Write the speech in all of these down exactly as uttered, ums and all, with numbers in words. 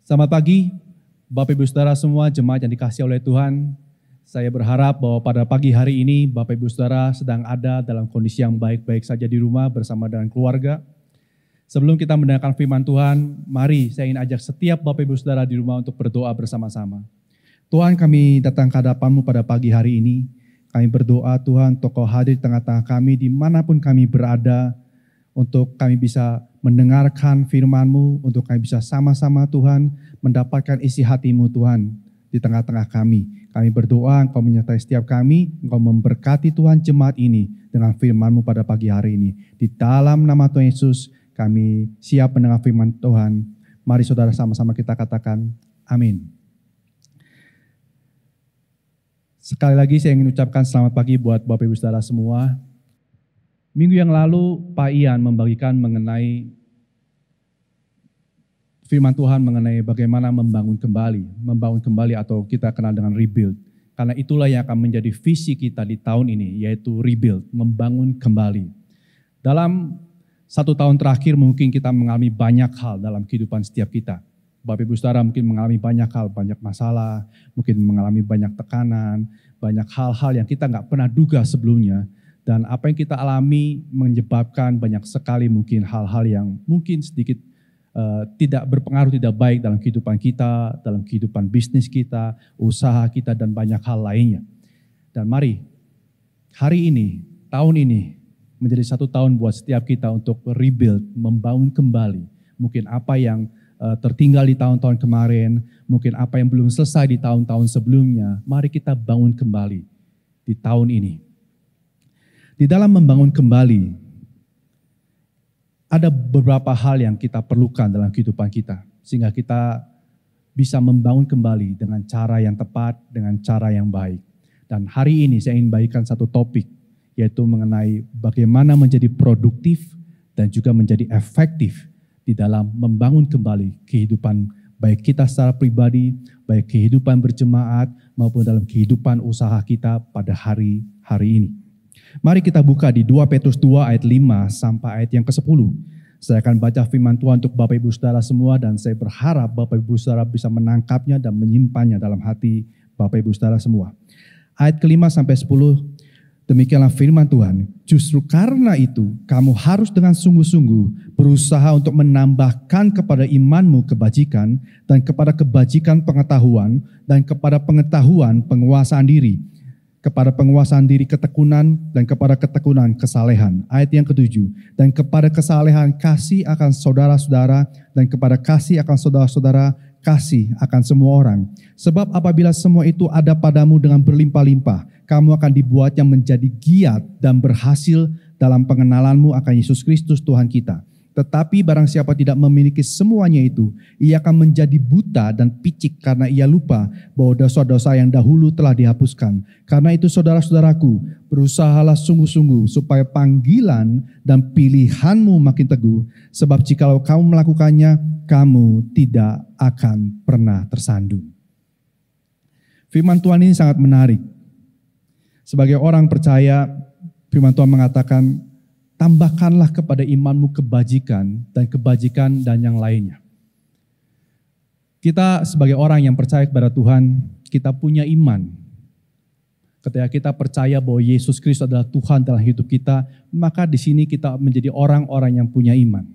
Selamat pagi, Bapak Ibu Saudara semua, jemaat yang dikasihi oleh Tuhan. Saya berharap bahwa pada pagi hari ini Bapak Ibu Saudara sedang ada dalam kondisi yang baik-baik saja di rumah bersama dengan keluarga. Sebelum kita mendengarkan firman Tuhan, mari saya ingin ajak setiap Bapak Ibu Saudara di rumah untuk berdoa bersama-sama. Tuhan, kami datang ke hadapan-Mu pada pagi hari ini. Kami berdoa Tuhan, untuk Kau hadir di tengah-tengah kami dimanapun kami berada, untuk kami bisa mendengarkan firman-Mu, untuk kami bisa sama-sama Tuhan mendapatkan isi hati-Mu Tuhan di tengah-tengah kami. Kami berdoa Engkau menyertai setiap kami, Engkau memberkati Tuhan jemaat ini dengan firman-Mu pada pagi hari ini. Di dalam nama Tuhan Yesus kami siap mendengar firman Tuhan. Mari saudara sama-sama kita katakan amin. Sekali lagi saya ingin ucapkan selamat pagi buat Bapak Ibu Saudara semua. Minggu yang lalu Pak Ian membagikan mengenai firman Tuhan mengenai bagaimana membangun kembali. Membangun kembali atau kita kenal dengan rebuild. Karena itulah yang akan menjadi visi kita di tahun ini, yaitu rebuild, membangun kembali. Dalam satu tahun terakhir mungkin kita mengalami banyak hal dalam kehidupan setiap kita. Bapak Ibu Saudara mungkin mengalami banyak hal, banyak masalah, mungkin mengalami banyak tekanan, banyak hal-hal yang kita nggak pernah duga sebelumnya. Dan apa yang kita alami menyebabkan banyak sekali mungkin hal-hal yang mungkin sedikit uh, tidak berpengaruh, tidak baik dalam kehidupan kita, dalam kehidupan bisnis kita, usaha kita, dan banyak hal lainnya. Dan mari, hari ini, tahun ini, menjadi satu tahun buat setiap kita untuk rebuild, membangun kembali. Mungkin apa yang uh, tertinggal di tahun-tahun kemarin, mungkin apa yang belum selesai di tahun-tahun sebelumnya, mari kita bangun kembali di tahun ini. Di dalam membangun kembali, ada beberapa hal yang kita perlukan dalam kehidupan kita, sehingga kita bisa membangun kembali dengan cara yang tepat, dengan cara yang baik. Dan hari ini saya ingin bagikan satu topik, yaitu mengenai bagaimana menjadi produktif dan juga menjadi efektif di dalam membangun kembali kehidupan baik kita secara pribadi, baik kehidupan berjemaat, maupun dalam kehidupan usaha kita pada hari-hari ini. Mari kita buka di dua Petrus dua ayat lima sampai ayat yang kesepuluh. Saya akan baca firman Tuhan untuk Bapak Ibu Saudara semua dan saya berharap Bapak Ibu Saudara bisa menangkapnya dan menyimpannya dalam hati Bapak Ibu Saudara semua. Ayat kelima sampai sepuluh, demikianlah firman Tuhan. Justru karena itu kamu harus dengan sungguh-sungguh berusaha untuk menambahkan kepada imanmu kebajikan dan kepada kebajikan pengetahuan dan kepada pengetahuan penguasaan diri. Kepada penguasaan diri ketekunan dan kepada ketekunan kesalehan. Ayat yang ketujuh, dan kepada kesalehan kasih akan saudara-saudara dan kepada kasih akan saudara-saudara kasih akan semua orang. Sebab apabila semua itu ada padamu dengan berlimpah-limpah, kamu akan dibuatnya menjadi giat dan berhasil dalam pengenalanmu akan Yesus Kristus Tuhan kita. Tetapi barang siapa tidak memiliki semuanya itu, ia akan menjadi buta dan picik karena ia lupa bahwa dosa-dosa yang dahulu telah dihapuskan. Karena itu saudara-saudaraku, berusahalah sungguh-sungguh supaya panggilan dan pilihanmu makin teguh. Sebab jikalau kamu melakukannya, kamu tidak akan pernah tersandung. Firman Tuhan ini sangat menarik. Sebagai orang percaya, firman Tuhan mengatakan, tambahkanlah kepada imanmu kebajikan dan kebajikan dan yang lainnya. Kita sebagai orang yang percaya kepada Tuhan, kita punya iman. Ketika kita percaya bahwa Yesus Kristus adalah Tuhan dalam hidup kita, maka di sini kita menjadi orang-orang yang punya iman.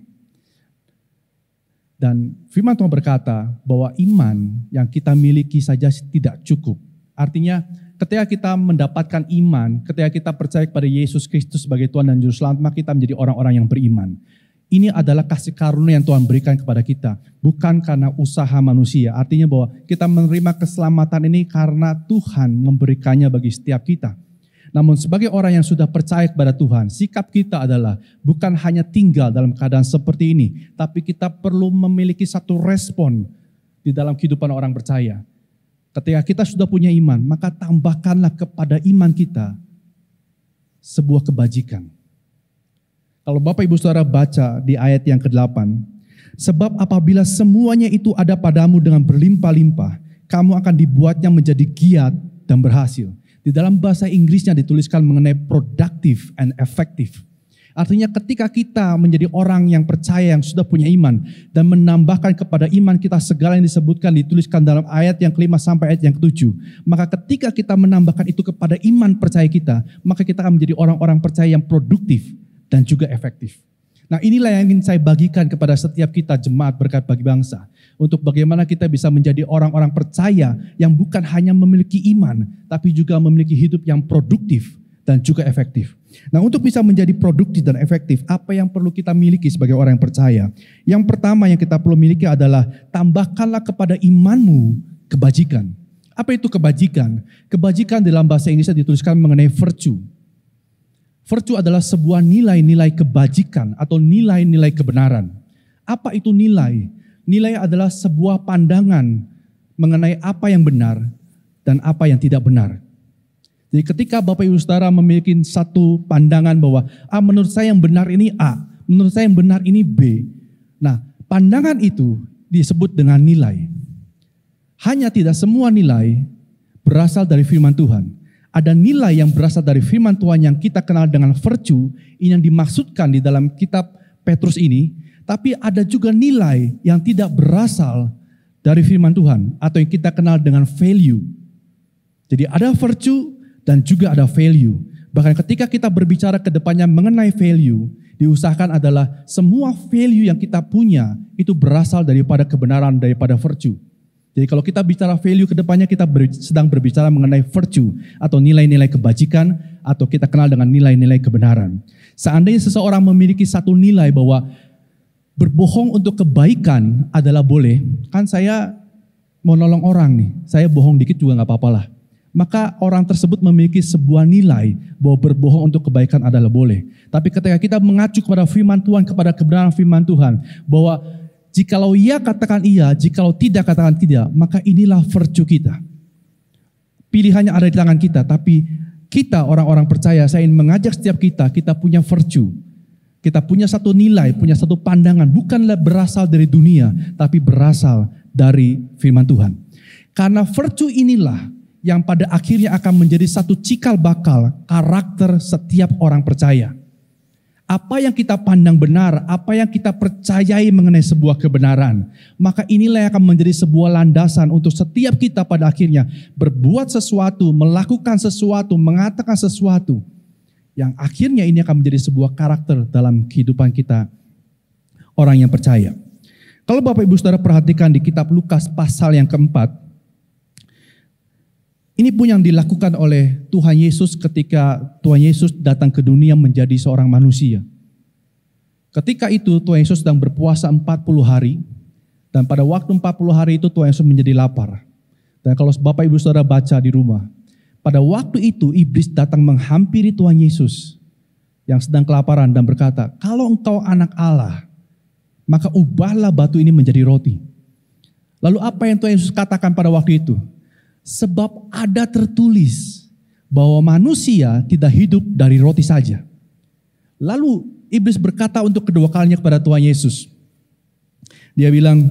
Dan firman Tuhan berkata bahwa iman yang kita miliki saja tidak cukup. Artinya, ketika kita mendapatkan iman, ketika kita percaya kepada Yesus Kristus sebagai Tuhan dan Juru Selamat, maka kita menjadi orang-orang yang beriman. Ini adalah kasih karunia yang Tuhan berikan kepada kita, bukan karena usaha manusia. Artinya bahwa kita menerima keselamatan ini karena Tuhan memberikannya bagi setiap kita. Namun sebagai orang yang sudah percaya kepada Tuhan, sikap kita adalah bukan hanya tinggal dalam keadaan seperti ini, tapi kita perlu memiliki satu respon di dalam kehidupan orang percaya. Ketika kita sudah punya iman, maka tambahkanlah kepada iman kita sebuah kebajikan. Kalau Bapak Ibu Saudara baca di ayat yang kedelapan, sebab apabila semuanya itu ada padamu dengan berlimpah-limpah, kamu akan dibuatnya menjadi giat dan berhasil. Di dalam bahasa Inggrisnya dituliskan mengenai productive and effective. Artinya ketika kita menjadi orang yang percaya, yang sudah punya iman, dan menambahkan kepada iman kita segala yang disebutkan, dituliskan dalam ayat yang kelima sampai ayat yang ketujuh. Maka ketika kita menambahkan itu kepada iman percaya kita, maka kita akan menjadi orang-orang percaya yang produktif dan juga efektif. Nah, inilah yang ingin saya bagikan kepada setiap kita jemaat Berkat Bagi Bangsa. Untuk bagaimana kita bisa menjadi orang-orang percaya yang bukan hanya memiliki iman, tapi juga memiliki hidup yang produktif dan juga efektif. Nah, untuk bisa menjadi produktif dan efektif, apa yang perlu kita miliki sebagai orang yang percaya? Yang pertama yang kita perlu miliki adalah tambahkanlah kepada imanmu kebajikan. Apa itu kebajikan? Kebajikan dalam bahasa Inggris dituliskan mengenai virtue. Virtue adalah sebuah nilai-nilai kebajikan atau nilai-nilai kebenaran. Apa itu nilai? Nilai adalah sebuah pandangan mengenai apa yang benar dan apa yang tidak benar. Jadi ketika Bapak Ibu Saudara memiliki satu pandangan bahwa ah, menurut saya yang benar ini A, menurut saya yang benar ini B. Nah, pandangan itu disebut dengan nilai. Hanya tidak semua nilai berasal dari firman Tuhan. Ada nilai yang berasal dari firman Tuhan yang kita kenal dengan virtue, ini yang dimaksudkan di dalam kitab Petrus ini. Tapi ada juga nilai yang tidak berasal dari firman Tuhan atau yang kita kenal dengan value. Jadi ada virtue dan juga ada value. Bahkan ketika kita berbicara ke depannya mengenai value, diusahakan adalah semua value yang kita punya itu berasal daripada kebenaran, daripada virtue. Jadi kalau kita bicara value ke depannya, kita ber, sedang berbicara mengenai virtue atau nilai-nilai kebajikan atau kita kenal dengan nilai-nilai kebenaran. Seandainya seseorang memiliki satu nilai bahwa berbohong untuk kebaikan adalah boleh, kan saya mau nolong orang nih, saya bohong dikit juga gak apa-apa lah. Maka orang tersebut memiliki sebuah nilai bahwa berbohong untuk kebaikan adalah boleh. Tapi ketika kita mengacu kepada firman Tuhan, kepada kebenaran firman Tuhan, bahwa jikalau iya katakan iya, jikalau tidak katakan tidak, maka inilah virtue kita. Pilihannya ada di tangan kita, tapi kita orang-orang percaya, saya ingin mengajak setiap kita, kita punya virtue. Kita punya satu nilai, punya satu pandangan, bukanlah berasal dari dunia, tapi berasal dari firman Tuhan. Karena virtue inilah yang pada akhirnya akan menjadi satu cikal bakal karakter setiap orang percaya. Apa yang kita pandang benar, apa yang kita percayai mengenai sebuah kebenaran, maka inilah yang akan menjadi sebuah landasan untuk setiap kita pada akhirnya berbuat sesuatu, melakukan sesuatu, mengatakan sesuatu, yang akhirnya ini akan menjadi sebuah karakter dalam kehidupan kita, orang yang percaya. Kalau Bapak Ibu Saudara perhatikan di kitab Lukas pasal yang keempat, ini pun yang dilakukan oleh Tuhan Yesus ketika Tuhan Yesus datang ke dunia menjadi seorang manusia. Ketika itu Tuhan Yesus sedang berpuasa empat puluh hari, dan pada waktu empat puluh hari itu Tuhan Yesus menjadi lapar. Dan kalau Bapak Ibu Saudara baca di rumah, pada waktu itu iblis datang menghampiri Tuhan Yesus yang sedang kelaparan dan berkata, kalau engkau anak Allah, maka ubahlah batu ini menjadi roti. Lalu apa yang Tuhan Yesus katakan pada waktu itu? Sebab ada tertulis bahwa manusia tidak hidup dari roti saja. Lalu iblis berkata untuk kedua kalinya kepada Tuhan Yesus. Dia bilang,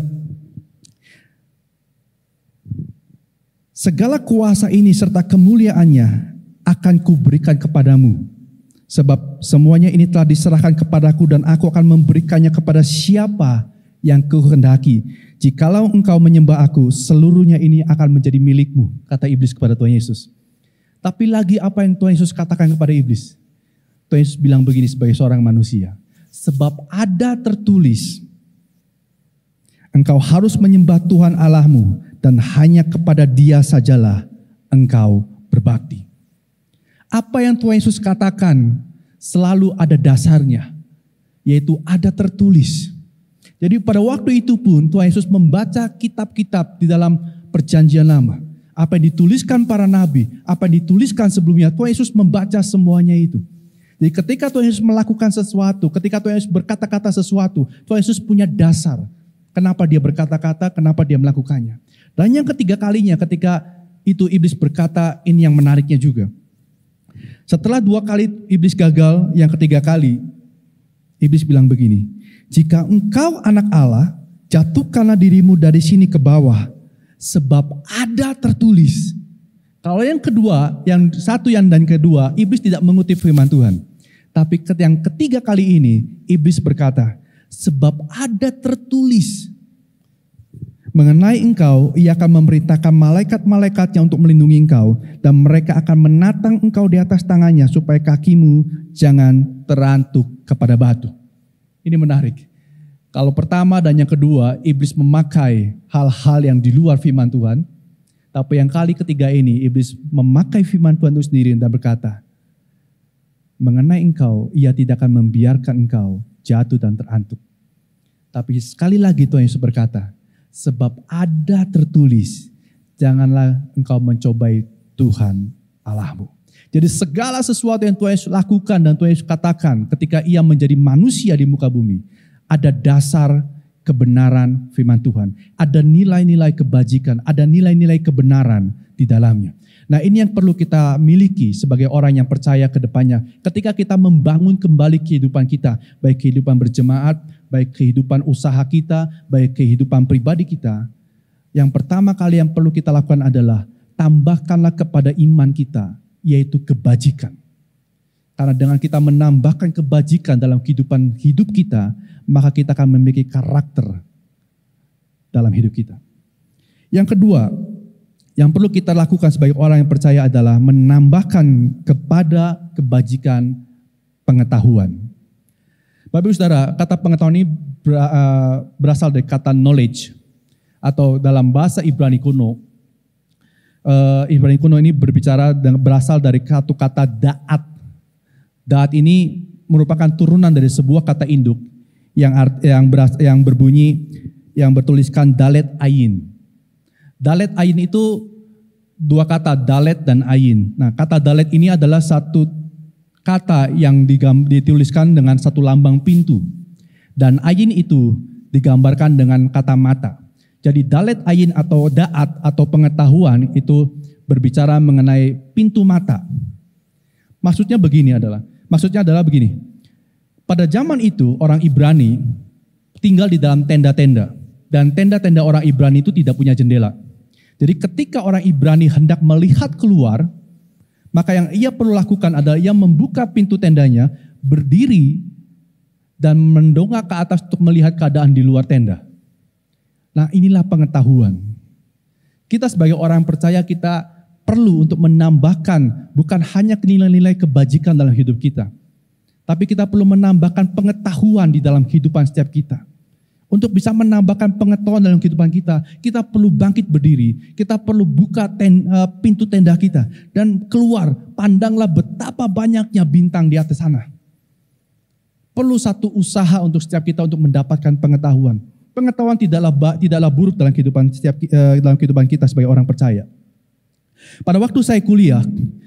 segala kuasa ini serta kemuliaannya akan kuberikan kepadamu. Sebab semuanya ini telah diserahkan kepadaku dan aku akan memberikannya kepada siapa yang kuhendaki. Jikalau engkau menyembah aku, seluruhnya ini akan menjadi milikmu, kata iblis kepada Tuhan Yesus. Tapi lagi apa yang Tuhan Yesus katakan kepada iblis? Tuhan Yesus bilang begini sebagai seorang manusia, sebab ada tertulis, engkau harus menyembah Tuhan Allahmu dan hanya kepada Dia sajalah engkau berbakti. Apa yang Tuhan Yesus katakan selalu ada dasarnya, yaitu ada tertulis. Jadi pada waktu itu pun Tuhan Yesus membaca kitab-kitab di dalam perjanjian lama. Apa yang dituliskan para nabi, apa yang dituliskan sebelumnya, Tuhan Yesus membaca semuanya itu. Jadi ketika Tuhan Yesus melakukan sesuatu, ketika Tuhan Yesus berkata-kata sesuatu, Tuhan Yesus punya dasar. Kenapa dia berkata-kata, kenapa dia melakukannya. Dan yang ketiga kalinya ketika itu iblis berkata, ini yang menariknya juga. Setelah dua kali iblis gagal, yang ketiga kali, iblis bilang begini, jika engkau anak Allah, jatuhkanlah dirimu dari sini ke bawah, sebab ada tertulis. Kalau yang kedua, yang satu yang dan kedua, iblis tidak mengutip firman Tuhan. Tapi yang ketiga kali ini, iblis berkata, sebab ada tertulis mengenai engkau, ia akan memerintahkan malaikat-malaikatnya untuk melindungi engkau, dan mereka akan menatang engkau di atas tangannya, supaya kakimu jangan terantuk kepada batu. Ini menarik. Kalau pertama dan yang kedua, iblis memakai hal-hal yang di luar firman Tuhan. Tapi yang kali ketiga ini, iblis memakai firman Tuhan itu sendiri dan berkata, mengenai engkau, ia tidak akan membiarkan engkau jatuh dan terantuk. Tapi sekali lagi Tuhan Yesus berkata, sebab ada tertulis, janganlah engkau mencobai Tuhan Allahmu. Jadi segala sesuatu yang Tuhan Yesus lakukan dan Tuhan Yesus katakan ketika ia menjadi manusia di muka bumi, ada dasar kebenaran firman Tuhan. Ada nilai-nilai kebajikan, ada nilai-nilai kebenaran di dalamnya. Nah, ini yang perlu kita miliki sebagai orang yang percaya ke depannya. Ketika kita membangun kembali kehidupan kita, baik kehidupan berjemaat, baik kehidupan usaha kita, baik kehidupan pribadi kita, yang pertama kali yang perlu kita lakukan adalah tambahkanlah kepada iman kita, yaitu kebajikan. Karena dengan kita menambahkan kebajikan dalam kehidupan hidup kita, maka kita akan memiliki karakter dalam hidup kita. Yang kedua, yang perlu kita lakukan sebagai orang yang percaya adalah menambahkan kepada kebajikan pengetahuan. Bapak Ibu Saudara, kata pengetahuan ini berasal dari kata knowledge, atau dalam bahasa Ibrani kuno, Ibrani kuno ini berbicara berasal dari satu kata da'at. Da'at ini merupakan turunan dari sebuah kata induk yang art, yang, beras, yang berbunyi, yang bertuliskan dalet ayin. Dalet ayin itu dua kata, dalet dan ayin. Nah, kata dalet ini adalah satu kata yang digam, dituliskan dengan satu lambang pintu. Dan ayin itu digambarkan dengan kata mata. Jadi dalet ayin atau da'at atau pengetahuan itu berbicara mengenai pintu mata. Maksudnya begini adalah, maksudnya adalah begini. Pada zaman itu orang Ibrani tinggal di dalam tenda-tenda. Dan tenda-tenda orang Ibrani itu tidak punya jendela. Jadi ketika orang Ibrani hendak melihat keluar, maka yang ia perlu lakukan adalah ia membuka pintu tendanya, berdiri, dan mendongak ke atas untuk melihat keadaan di luar tenda. Nah, inilah pengetahuan. Kita sebagai orang percaya kita perlu untuk menambahkan bukan hanya nilai-nilai kebajikan dalam hidup kita, tapi kita perlu menambahkan pengetahuan di dalam kehidupan setiap kita. Untuk bisa menambahkan pengetahuan dalam kehidupan kita, kita perlu bangkit berdiri, kita perlu buka ten, uh, pintu tenda kita, dan keluar, pandanglah betapa banyaknya bintang di atas sana. Perlu satu usaha untuk setiap kita untuk mendapatkan pengetahuan. Pengetahuan tidaklah tidaklah buruk dalam kehidupan setiap uh, dalam kehidupan kita sebagai orang percaya. Pada waktu saya kuliah,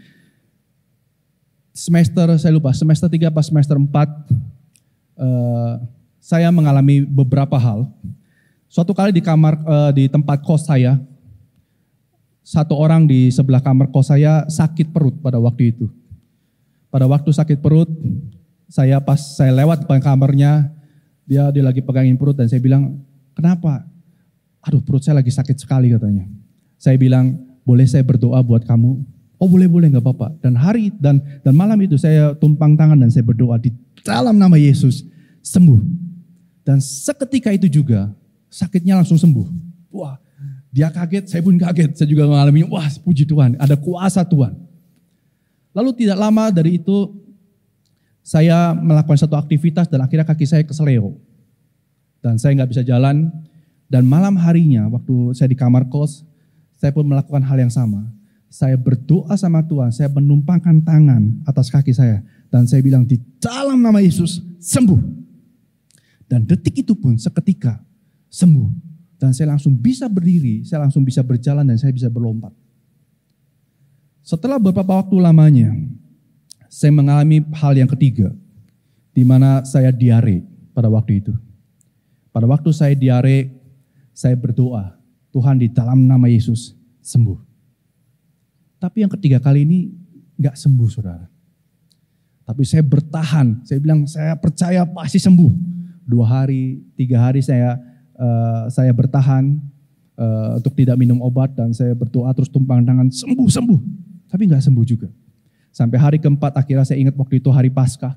semester saya lupa, semester tiga pas semester empat, uh, saya mengalami beberapa hal. Suatu kali di kamar, uh, di tempat kos saya, satu orang di sebelah kamar kos saya sakit perut pada waktu itu. Pada waktu sakit perut, saya pas saya lewat depan kamarnya, dia dia lagi pegangin perut dan saya bilang, kenapa? Aduh, perut saya lagi sakit sekali katanya. Saya bilang, boleh saya berdoa buat kamu? Oh boleh boleh nggak apa-apa. Dan hari dan dan malam itu saya tumpang tangan dan saya berdoa di dalam nama Yesus, sembuh. Dan seketika itu juga sakitnya langsung sembuh. Wah, dia kaget, saya pun kaget. Saya juga mengalami, wah puji Tuhan, ada kuasa Tuhan. Lalu tidak lama dari itu, saya melakukan satu aktivitas dan akhirnya kaki saya keseleo. Dan saya nggak bisa jalan. Dan malam harinya, waktu saya di kamar kos, saya pun melakukan hal yang sama. Saya berdoa sama Tuhan, saya menumpangkan tangan atas kaki saya. Dan saya bilang, di dalam nama Yesus, sembuh. Dan detik itu pun seketika sembuh. Dan saya langsung bisa berdiri, saya langsung bisa berjalan dan saya bisa berlompat. Setelah beberapa waktu lamanya, saya mengalami hal yang ketiga, di mana saya diare pada waktu itu. Pada waktu saya diare, saya berdoa, Tuhan di dalam nama Yesus sembuh. Tapi yang ketiga kali ini gak sembuh saudara. Tapi saya bertahan, saya bilang saya percaya pasti sembuh. Dua hari, tiga hari saya uh, saya bertahan uh, untuk tidak minum obat dan saya berdoa terus tumpang tangan sembuh sembuh, tapi nggak sembuh juga. Sampai hari keempat akhirnya saya ingat waktu itu hari Paskah,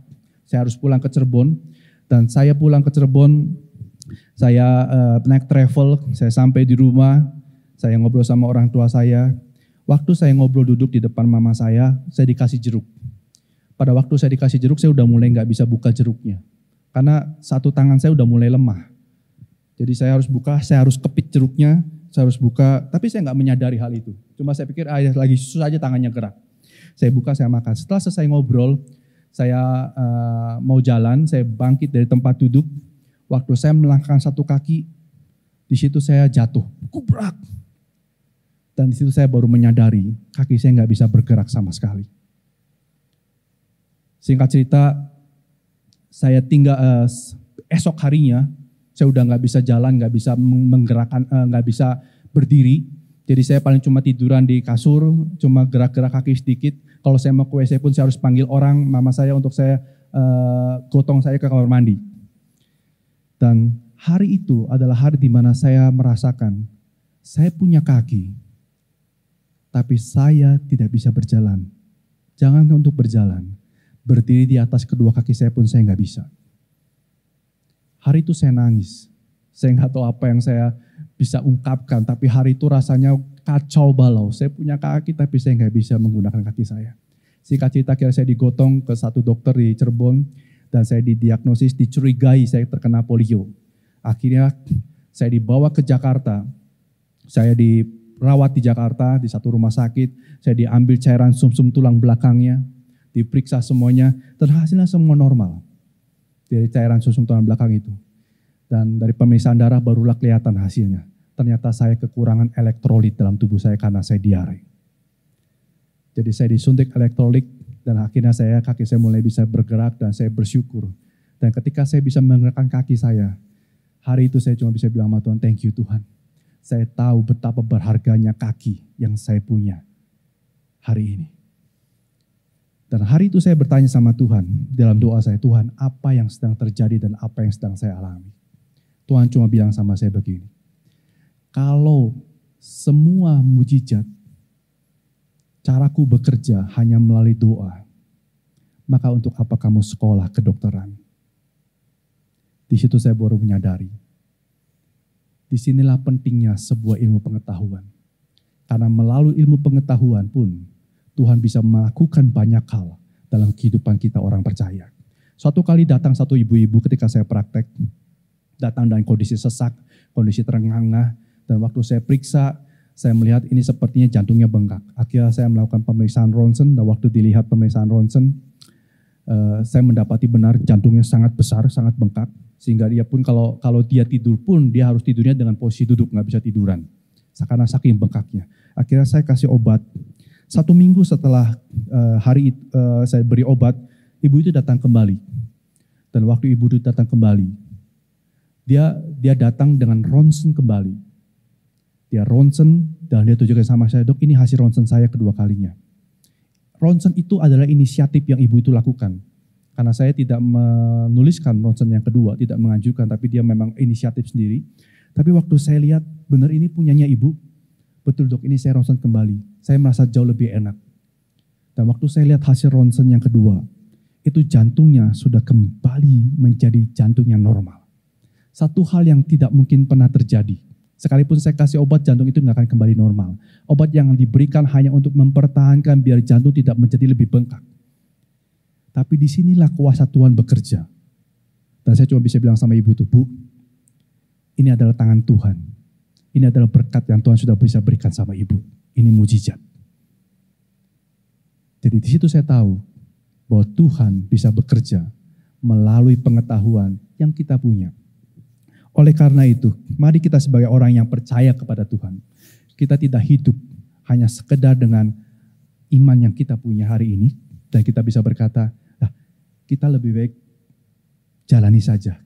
Saya harus pulang ke Cirebon, dan saya pulang ke Cirebon, saya uh, naik travel, saya sampai di rumah, saya ngobrol sama orang tua saya. Waktu saya ngobrol duduk di depan mama saya, saya dikasih jeruk. Pada waktu saya dikasih jeruk, saya udah mulai nggak bisa buka jeruknya. Karena satu tangan saya udah mulai lemah. Jadi saya harus buka, saya harus kepit jeruknya, saya harus buka, tapi saya nggak menyadari hal itu. Cuma saya pikir, ah, lagi susah aja tangannya gerak. Saya buka, saya makan. Setelah selesai ngobrol, saya uh, mau jalan, saya bangkit dari tempat duduk. Waktu saya melangkahkan satu kaki, di situ saya jatuh, kubrak. Dan di situ saya baru menyadari, kaki saya nggak bisa bergerak sama sekali. Singkat cerita, saya tinggal uh, esok harinya, saya udah nggak bisa jalan, nggak bisa menggerakkan, nggak uh, bisa berdiri. Jadi saya paling cuma tiduran di kasur, cuma gerak-gerak kaki sedikit. Kalau saya mau ke W C pun saya harus panggil orang, mama saya untuk saya uh, gotong saya ke kamar mandi. Dan hari itu adalah hari di mana saya merasakan, saya punya kaki, tapi saya tidak bisa berjalan. Jangan untuk berjalan, berdiri di atas kedua kaki saya pun saya nggak bisa. Hari itu saya nangis, saya nggak tahu apa yang saya bisa ungkapkan, tapi hari itu rasanya kacau balau. Saya punya kaki tapi saya nggak bisa menggunakan kaki saya. Singkat cerita, akhirnya saya digotong ke satu dokter di Cirebon dan saya didiagnosis, dicurigai saya terkena polio. Akhirnya saya dibawa ke Jakarta, saya dirawat di Jakarta di satu rumah sakit, saya diambil cairan sumsum tulang belakangnya, diperiksa semuanya dan hasilnya semua normal dari cairan sumsum tulang belakang itu. Dan dari pemeriksaan darah barulah kelihatan hasilnya. Ternyata saya kekurangan elektrolit dalam tubuh saya karena saya diare. Jadi saya disuntik elektrolit dan akhirnya saya kaki saya mulai bisa bergerak dan saya bersyukur. Dan ketika saya bisa menggerakkan kaki saya, hari itu saya cuma bisa bilang sama Tuhan, thank you Tuhan. Saya tahu betapa berharganya kaki yang saya punya hari ini. Dan hari itu saya bertanya sama Tuhan dalam doa saya, Tuhan apa yang sedang terjadi dan apa yang sedang saya alami. Tuhan cuma bilang sama saya begini, kalau semua mujizat, caraku bekerja hanya melalui doa, maka untuk apa kamu sekolah kedokteran? Di situ saya baru menyadari, disinilah pentingnya sebuah ilmu pengetahuan. Karena melalui ilmu pengetahuan pun, Tuhan bisa melakukan banyak hal dalam kehidupan kita orang percaya. Suatu kali datang satu ibu-ibu ketika saya praktek, datang dalam kondisi sesak, kondisi terengah-engah, dan waktu saya periksa, saya melihat ini sepertinya jantungnya bengkak. Akhirnya saya melakukan pemeriksaan ronsen, dan waktu dilihat pemeriksaan ronsen, uh, saya mendapati benar jantungnya sangat besar, sangat bengkak, sehingga dia pun kalau kalau dia tidur pun, dia harus tidurnya dengan posisi duduk, nggak bisa tiduran, karena saking bengkaknya. Akhirnya saya kasih obat. Satu minggu setelah uh, hari uh, saya beri obat, ibu itu datang kembali. Dan waktu ibu itu datang kembali, Dia dia datang dengan ronsen kembali. Dia ronsen dan dia tunjukkan sama saya, dok ini hasil ronsen saya kedua kalinya. Ronsen itu adalah inisiatif yang ibu itu lakukan. Karena saya tidak menuliskan ronsen yang kedua, tidak mengajukan, tapi dia memang inisiatif sendiri. Tapi waktu saya lihat, benar ini punyanya ibu, betul dok ini saya ronsen kembali. Saya merasa jauh lebih enak. Dan waktu saya lihat hasil ronsen yang kedua, itu jantungnya sudah kembali menjadi jantung yang normal. Satu hal yang tidak mungkin pernah terjadi. Sekalipun saya kasih obat, jantung itu nggak akan kembali normal. Obat yang diberikan hanya untuk mempertahankan biar jantung tidak menjadi lebih bengkak. Tapi disinilah kuasa Tuhan bekerja. Dan saya cuma bisa bilang sama ibu itu, Bu, ini adalah tangan Tuhan. Ini adalah berkat yang Tuhan sudah bisa berikan sama ibu. Ini mujizat. Jadi di situ saya tahu bahwa Tuhan bisa bekerja melalui pengetahuan yang kita punya. Oleh karena itu, mari kita sebagai orang yang percaya kepada Tuhan, kita tidak hidup hanya sekedar dengan iman yang kita punya hari ini, dan kita bisa berkata, nah, kita lebih baik jalani saja.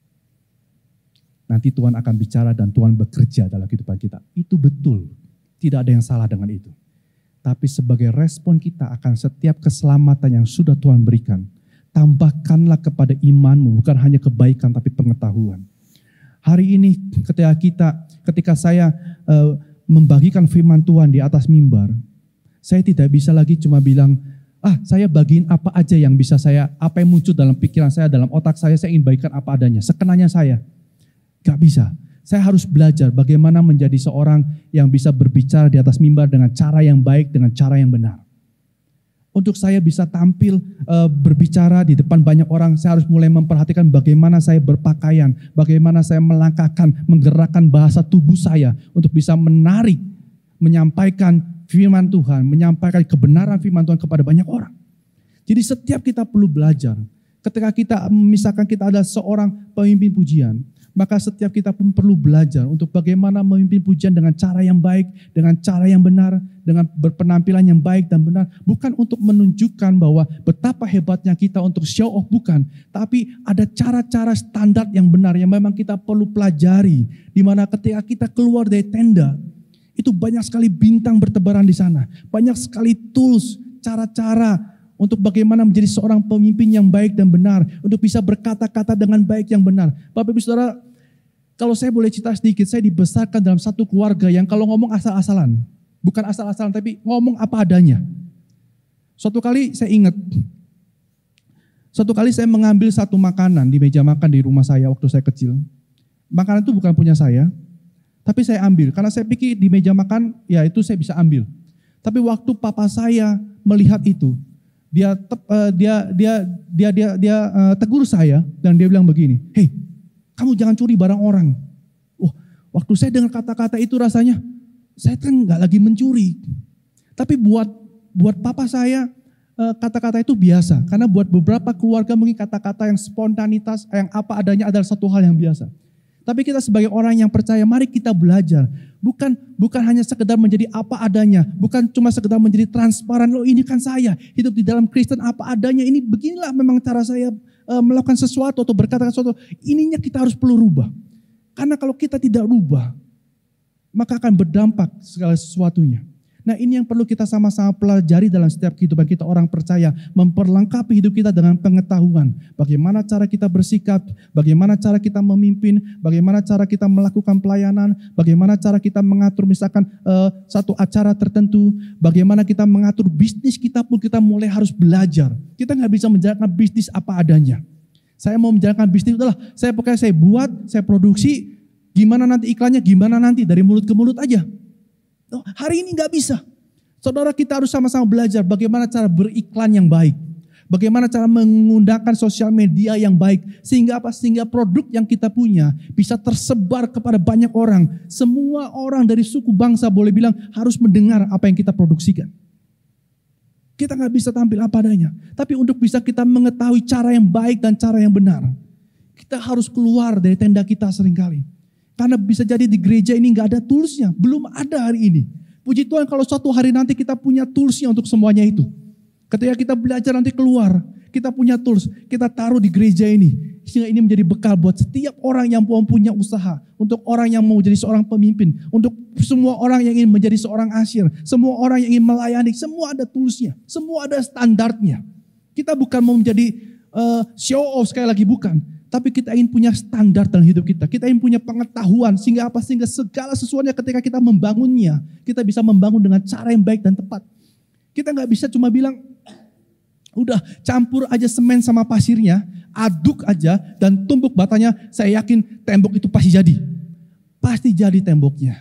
Nanti Tuhan akan bicara dan Tuhan bekerja dalam kehidupan kita. Itu betul, tidak ada yang salah dengan itu. Tapi sebagai respon kita akan setiap keselamatan yang sudah Tuhan berikan, tambahkanlah kepada imanmu, bukan hanya kebaikan tapi pengetahuan. Hari ini ketika kita, ketika saya uh, membagikan firman Tuhan di atas mimbar, saya tidak bisa lagi cuma bilang, ah saya bagiin apa aja yang bisa saya, apa yang muncul dalam pikiran saya, dalam otak saya, saya ingin bagikan apa adanya, sekenanya saya. Gak bisa. Saya harus belajar bagaimana menjadi seorang yang bisa berbicara di atas mimbar dengan cara yang baik, dengan cara yang benar. Untuk saya bisa tampil e, berbicara di depan banyak orang, saya harus mulai memperhatikan bagaimana saya berpakaian, bagaimana saya melangkahkan, menggerakkan bahasa tubuh saya untuk bisa menarik, menyampaikan firman Tuhan, menyampaikan kebenaran firman Tuhan kepada banyak orang. Jadi setiap kita perlu belajar. Ketika kita, misalkan kita adalah seorang pemimpin pujian, maka setiap kita pun perlu belajar untuk bagaimana memimpin pujian dengan cara yang baik, dengan cara yang benar, dengan berpenampilan yang baik dan benar. Bukan untuk menunjukkan bahwa betapa hebatnya kita untuk show off, bukan. Tapi ada cara-cara standar yang benar yang memang kita perlu pelajari. Di mana ketika kita keluar dari tenda, itu banyak sekali bintang bertebaran di sana. Banyak sekali tools, cara-cara untuk bagaimana menjadi seorang pemimpin yang baik dan benar. Untuk bisa berkata-kata dengan baik yang benar. Bapak Ibu Saudara, kalau saya boleh cerita sedikit, saya dibesarkan dalam satu keluarga yang kalau ngomong asal-asalan. Bukan asal-asalan, tapi ngomong apa adanya. Suatu kali saya ingat, suatu kali saya mengambil satu makanan di meja makan di rumah saya waktu saya kecil. Makanan itu bukan punya saya, tapi saya ambil. Karena saya pikir di meja makan, ya itu saya bisa ambil. Tapi waktu papa saya melihat itu, Dia, uh, dia dia dia dia dia uh, tegur saya dan dia bilang begini, "Hei, kamu jangan curi barang orang." Wah, waktu saya dengar kata-kata itu rasanya saya kan nggak lagi mencuri. Tapi buat buat papa saya uh, kata-kata itu biasa, karena buat beberapa keluarga mungkin kata-kata yang spontanitas, yang apa adanya adalah satu hal yang biasa. Tapi kita sebagai orang yang percaya, mari kita belajar. Bukan bukan hanya sekedar menjadi apa adanya. Bukan cuma sekedar menjadi transparan. Loh ini kan saya, hidup di dalam Kristen apa adanya. Ini beginilah memang cara saya e, melakukan sesuatu atau berkata sesuatu. Ininya kita harus perlu rubah. Karena kalau kita tidak rubah, maka akan berdampak segala sesuatunya. Nah ini yang perlu kita sama-sama pelajari dalam setiap kehidupan kita orang percaya. Memperlengkapi hidup kita dengan pengetahuan. Bagaimana cara kita bersikap, bagaimana cara kita memimpin, bagaimana cara kita melakukan pelayanan, bagaimana cara kita mengatur misalkan uh, satu acara tertentu, bagaimana kita mengatur bisnis kita pun kita mulai harus belajar. Kita nggak bisa menjalankan bisnis apa adanya. Saya mau menjalankan bisnis adalah saya pokoknya saya buat, saya produksi, gimana nanti iklannya, gimana nanti dari mulut ke mulut aja. Hari ini nggak bisa. Saudara, kita harus sama-sama belajar bagaimana cara beriklan yang baik. Bagaimana cara menggunakan sosial media yang baik. Sehingga apa? Sehingga produk yang kita punya bisa tersebar kepada banyak orang. Semua orang dari suku bangsa boleh bilang harus mendengar apa yang kita produksikan. Kita nggak bisa tampil apa adanya. Tapi untuk bisa kita mengetahui cara yang baik dan cara yang benar, kita harus keluar dari tenda kita seringkali. Karena bisa jadi di gereja ini nggak ada toolsnya, belum ada hari ini. Puji Tuhan kalau suatu hari nanti kita punya toolsnya untuk semuanya itu. Ketika kita belajar nanti keluar, kita punya tools, kita taruh di gereja ini. Sehingga ini menjadi bekal buat setiap orang yang mau punya usaha, untuk orang yang mau jadi seorang pemimpin, untuk semua orang yang ingin menjadi seorang asyir, semua orang yang ingin melayani, semua ada toolsnya, semua ada standarnya. Kita bukan mau menjadi uh, show off sekali lagi, bukan. Tapi kita ingin punya standar dalam hidup kita. Kita ingin punya pengetahuan sehingga apa? Sehingga segala sesuatunya ketika kita membangunnya, kita bisa membangun dengan cara yang baik dan tepat. Kita nggak bisa cuma bilang, udah campur aja semen sama pasirnya, aduk aja dan tumbuk batanya, saya yakin tembok itu pasti jadi. Pasti jadi temboknya.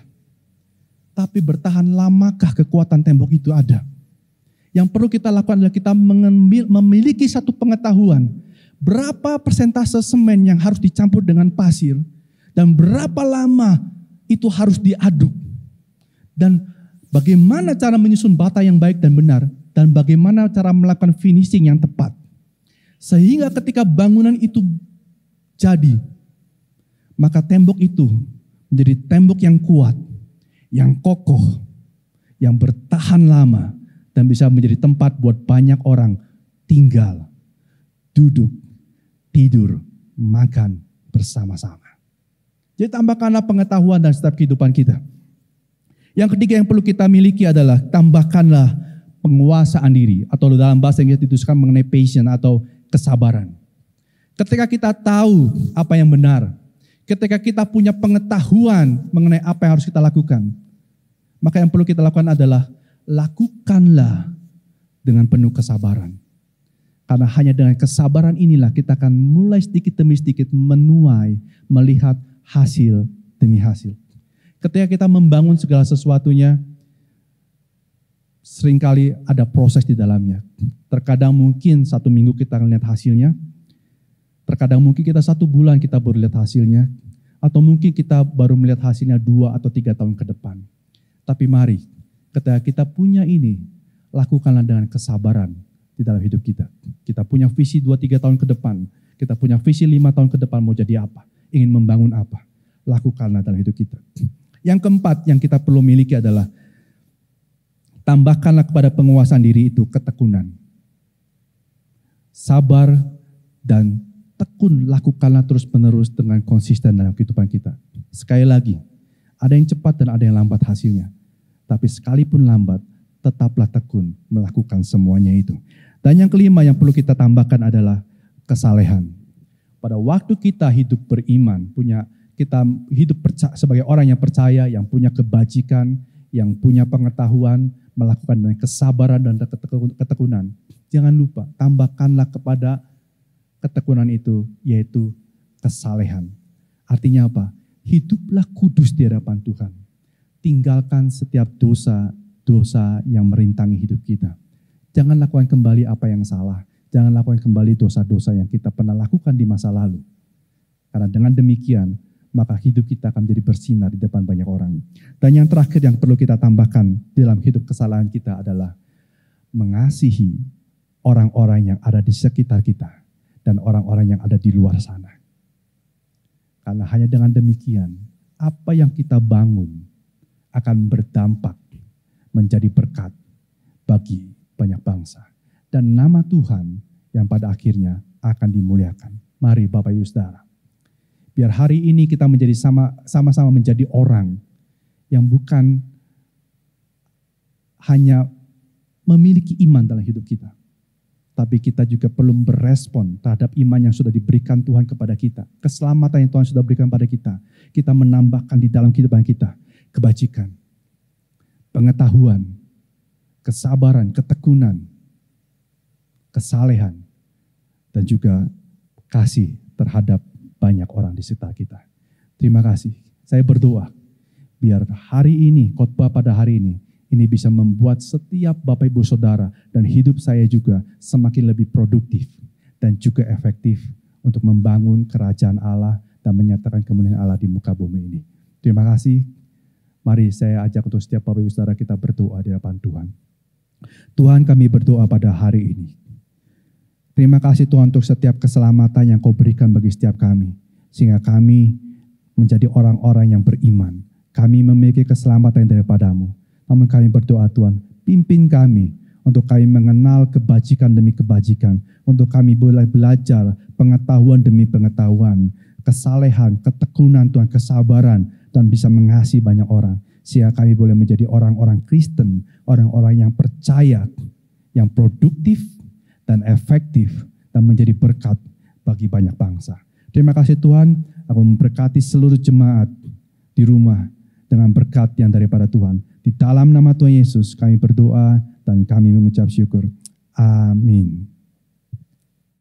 Tapi bertahan lamakah kekuatan tembok itu ada? Yang perlu kita lakukan adalah kita mengambil, memiliki satu pengetahuan. Berapa persentase semen yang harus dicampur dengan pasir dan berapa lama itu harus diaduk. Dan bagaimana cara menyusun bata yang baik dan benar dan bagaimana cara melakukan finishing yang tepat. Sehingga ketika bangunan itu jadi, maka tembok itu menjadi tembok yang kuat, yang kokoh, yang bertahan lama dan bisa menjadi tempat buat banyak orang tinggal, duduk, tidur, makan bersama-sama. Jadi tambahkanlah pengetahuan dalam setiap kehidupan kita. Yang ketiga yang perlu kita miliki adalah tambahkanlah penguasaan diri. Atau dalam bahasa Inggris dituliskan mengenai patience atau kesabaran. Ketika kita tahu apa yang benar, ketika kita punya pengetahuan mengenai apa yang harus kita lakukan, maka yang perlu kita lakukan adalah lakukanlah dengan penuh kesabaran. Karena hanya dengan kesabaran inilah kita akan mulai sedikit demi sedikit menuai, melihat hasil demi hasil. Ketika kita membangun segala sesuatunya, seringkali ada proses di dalamnya. Terkadang mungkin satu minggu kita melihat hasilnya, terkadang mungkin kita satu bulan kita baru lihat hasilnya, atau mungkin kita baru melihat hasilnya dua atau tiga tahun ke depan. Tapi mari, ketika kita punya ini, lakukanlah dengan kesabaran di dalam hidup kita. Kita punya visi dua tiga tahun ke depan, kita punya visi lima tahun ke depan mau jadi apa, ingin membangun apa, lakukanlah dalam hidup kita. Yang keempat yang kita perlu miliki adalah tambahkanlah kepada penguasaan diri itu ketekunan. Sabar dan tekun lakukanlah terus-menerus dengan konsisten dalam kehidupan kita. Sekali lagi, ada yang cepat dan ada yang lambat hasilnya. Tapi sekalipun lambat, tetaplah tekun melakukan semuanya itu. Dan yang kelima yang perlu kita tambahkan adalah kesalehan. Pada waktu kita hidup beriman, punya kita hidup percaya, sebagai orang yang percaya, yang punya kebajikan, yang punya pengetahuan, melakukan dengan kesabaran dan ketekunan. Jangan lupa, tambahkanlah kepada ketekunan itu, yaitu kesalehan. Artinya apa? Hiduplah kudus di hadapan Tuhan. Tinggalkan setiap dosa-dosa yang merintangi hidup kita. Jangan lakukan kembali apa yang salah. Jangan lakukan kembali dosa-dosa yang kita pernah lakukan di masa lalu. Karena dengan demikian, maka hidup kita akan menjadi bersinar di depan banyak orang. Dan yang terakhir yang perlu kita tambahkan dalam hidup kesalahan kita adalah mengasihi orang-orang yang ada di sekitar kita dan orang-orang yang ada di luar sana. Karena hanya dengan demikian, apa yang kita bangun akan berdampak menjadi berkat bagi banyak bangsa. Dan nama Tuhan yang pada akhirnya akan dimuliakan. Mari Bapak Ibu Saudara, biar hari ini kita menjadi sama, sama-sama menjadi orang yang bukan hanya memiliki iman dalam hidup kita, tapi kita juga perlu berespon terhadap iman yang sudah diberikan Tuhan kepada kita. Keselamatan yang Tuhan sudah berikan pada kita. Kita menambahkan di dalam kehidupan kita kebajikan, pengetahuan, kesabaran, ketekunan, kesalehan, dan juga kasih terhadap banyak orang di sekitar kita. Terima kasih. Saya berdoa biar hari ini, khotbah pada hari ini, ini bisa membuat setiap Bapak Ibu Saudara dan hidup saya juga semakin lebih produktif dan juga efektif untuk membangun kerajaan Allah dan menyatakan kemuliaan Allah di muka bumi ini. Terima kasih. Mari saya ajak untuk setiap Bapak Ibu Saudara kita berdoa di hadapan Tuhan. Tuhan, kami berdoa pada hari ini. Terima kasih Tuhan untuk setiap keselamatan yang Kau berikan bagi setiap kami. Sehingga kami menjadi orang-orang yang beriman. Kami memiliki keselamatan daripada-Mu. Namun kami berdoa Tuhan, pimpin kami untuk kami mengenal kebajikan demi kebajikan. Untuk kami boleh belajar pengetahuan demi pengetahuan. Kesalehan, ketekunan Tuhan, kesabaran. Dan bisa mengasihi banyak orang. Sehingga kami boleh menjadi orang-orang Kristen. Orang-orang yang percaya, yang produktif, dan efektif, dan menjadi berkat bagi banyak bangsa. Terima kasih Tuhan, aku memberkati seluruh jemaat di rumah dengan berkat yang daripada Tuhan. Di dalam nama Tuhan Yesus kami berdoa dan kami mengucap syukur. Amin.